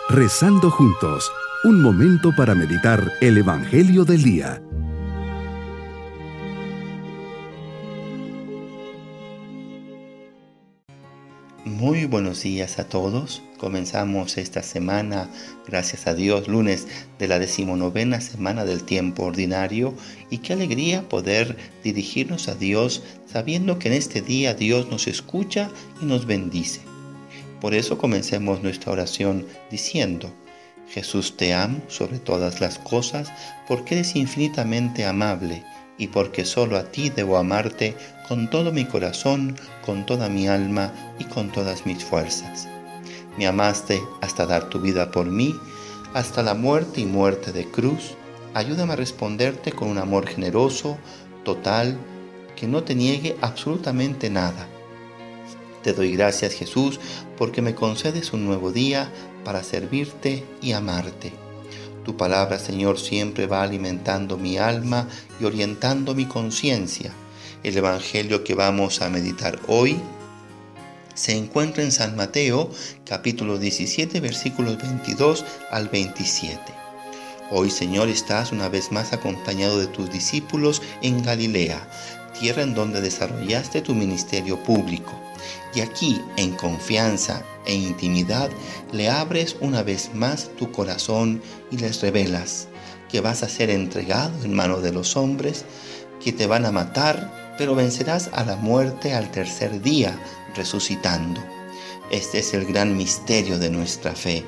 Rezando juntos, un momento para meditar el Evangelio del día. Muy buenos días a todos. Comenzamos esta semana, gracias a Dios, lunes de la 19ª semana del tiempo ordinario, y qué alegría poder dirigirnos a Dios sabiendo que en este día Dios nos escucha y nos bendice. Por eso comencemos nuestra oración diciendo: Jesús, te amo sobre todas las cosas porque eres infinitamente amable y porque solo a ti debo amarte con todo mi corazón, con toda mi alma y con todas mis fuerzas. Me amaste hasta dar tu vida por mí, hasta la muerte y muerte de cruz. Ayúdame a responderte con un amor generoso, total, que no te niegue absolutamente nada. Te doy gracias, Jesús, porque me concedes un nuevo día para servirte y amarte. Tu palabra, Señor, siempre va alimentando mi alma y orientando mi conciencia. El Evangelio que vamos a meditar hoy se encuentra en San Mateo, capítulo 17, versículos 22 al 27. Hoy, Señor, estás una vez más acompañado de tus discípulos en Galilea, tierra en donde desarrollaste tu ministerio público. Y aquí, en confianza e intimidad, le abres una vez más tu corazón y les revelas que vas a ser entregado en manos de los hombres, que te van a matar, pero vencerás a la muerte al tercer día, resucitando. Este es el gran misterio de nuestra fe.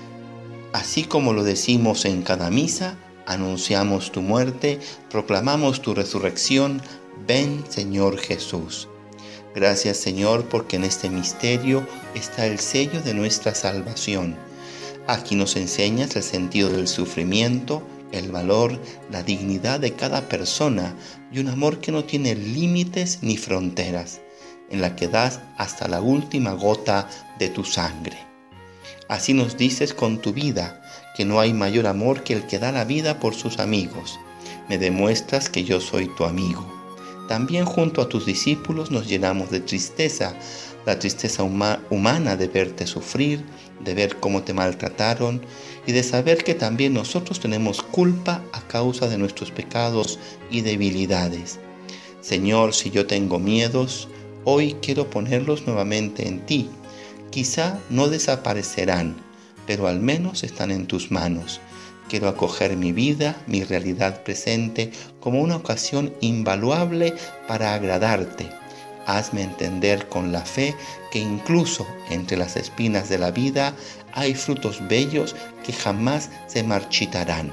Así como lo decimos en cada misa, anunciamos tu muerte, proclamamos tu resurrección. Ven, Señor Jesús. Gracias, Señor, porque en este misterio está el sello de nuestra salvación. Aquí nos enseñas el sentido del sufrimiento, el valor, la dignidad de cada persona y un amor que no tiene límites ni fronteras, en la que das hasta la última gota de tu sangre. Así nos dices con tu vida que no hay mayor amor que el que da la vida por sus amigos. Me demuestras que yo soy tu amigo. También junto a tus discípulos nos llenamos de tristeza, la tristeza humana de verte sufrir, de ver cómo te maltrataron y de saber que también nosotros tenemos culpa a causa de nuestros pecados y debilidades. Señor, si yo tengo miedos, hoy quiero ponerlos nuevamente en ti. Quizá no desaparecerán, pero al menos están en tus manos. Quiero acoger mi vida, mi realidad presente, como una ocasión invaluable para agradarte. Hazme entender con la fe que incluso entre las espinas de la vida hay frutos bellos que jamás se marchitarán.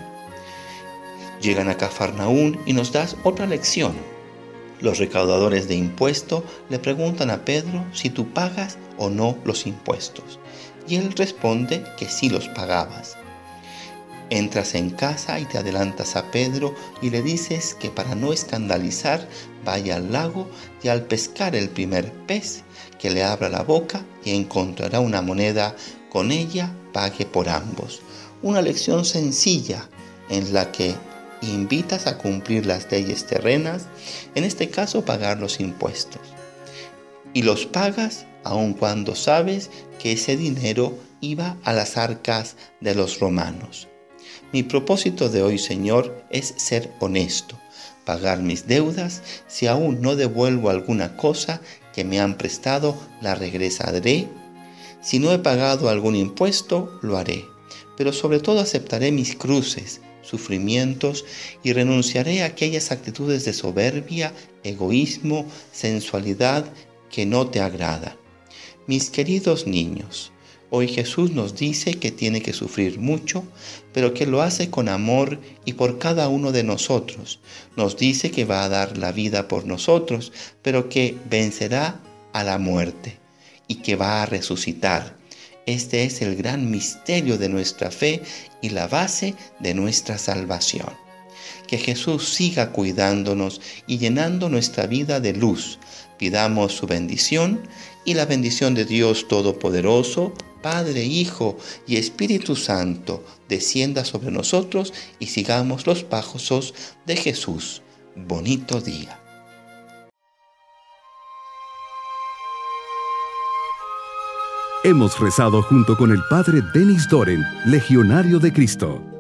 Llegan a Cafarnaún y nos das otra lección. Los recaudadores de impuesto le preguntan a Pedro si tú pagas o no los impuestos. Y él responde que sí los pagabas. Entras en casa y te adelantas a Pedro y le dices que para no escandalizar vaya al lago y al pescar el primer pez que le abra la boca y encontrará una moneda, con ella pague por ambos. Una lección sencilla en la que invitas a cumplir las leyes terrenas, en este caso pagar los impuestos. Y los pagas aun cuando sabes que ese dinero iba a las arcas de los romanos. Mi propósito de hoy, Señor, es ser honesto, pagar mis deudas. Si aún no devuelvo alguna cosa que me han prestado, la regresaré. Si no he pagado algún impuesto, lo haré. Pero sobre todo aceptaré mis cruces, sufrimientos y renunciaré a aquellas actitudes de soberbia, egoísmo, sensualidad que no te agradan. Mis queridos niños, hoy Jesús nos dice que tiene que sufrir mucho, pero que lo hace con amor y por cada uno de nosotros. Nos dice que va a dar la vida por nosotros, pero que vencerá a la muerte y que va a resucitar. Este es el gran misterio de nuestra fe y la base de nuestra salvación. Que Jesús siga cuidándonos y llenando nuestra vida de luz. Pidamos su bendición y la bendición de Dios Todopoderoso, Padre, Hijo y Espíritu Santo, descienda sobre nosotros y sigamos los pasos de Jesús. Bonito día. Hemos rezado junto con el Padre Denis Doren, Legionario de Cristo.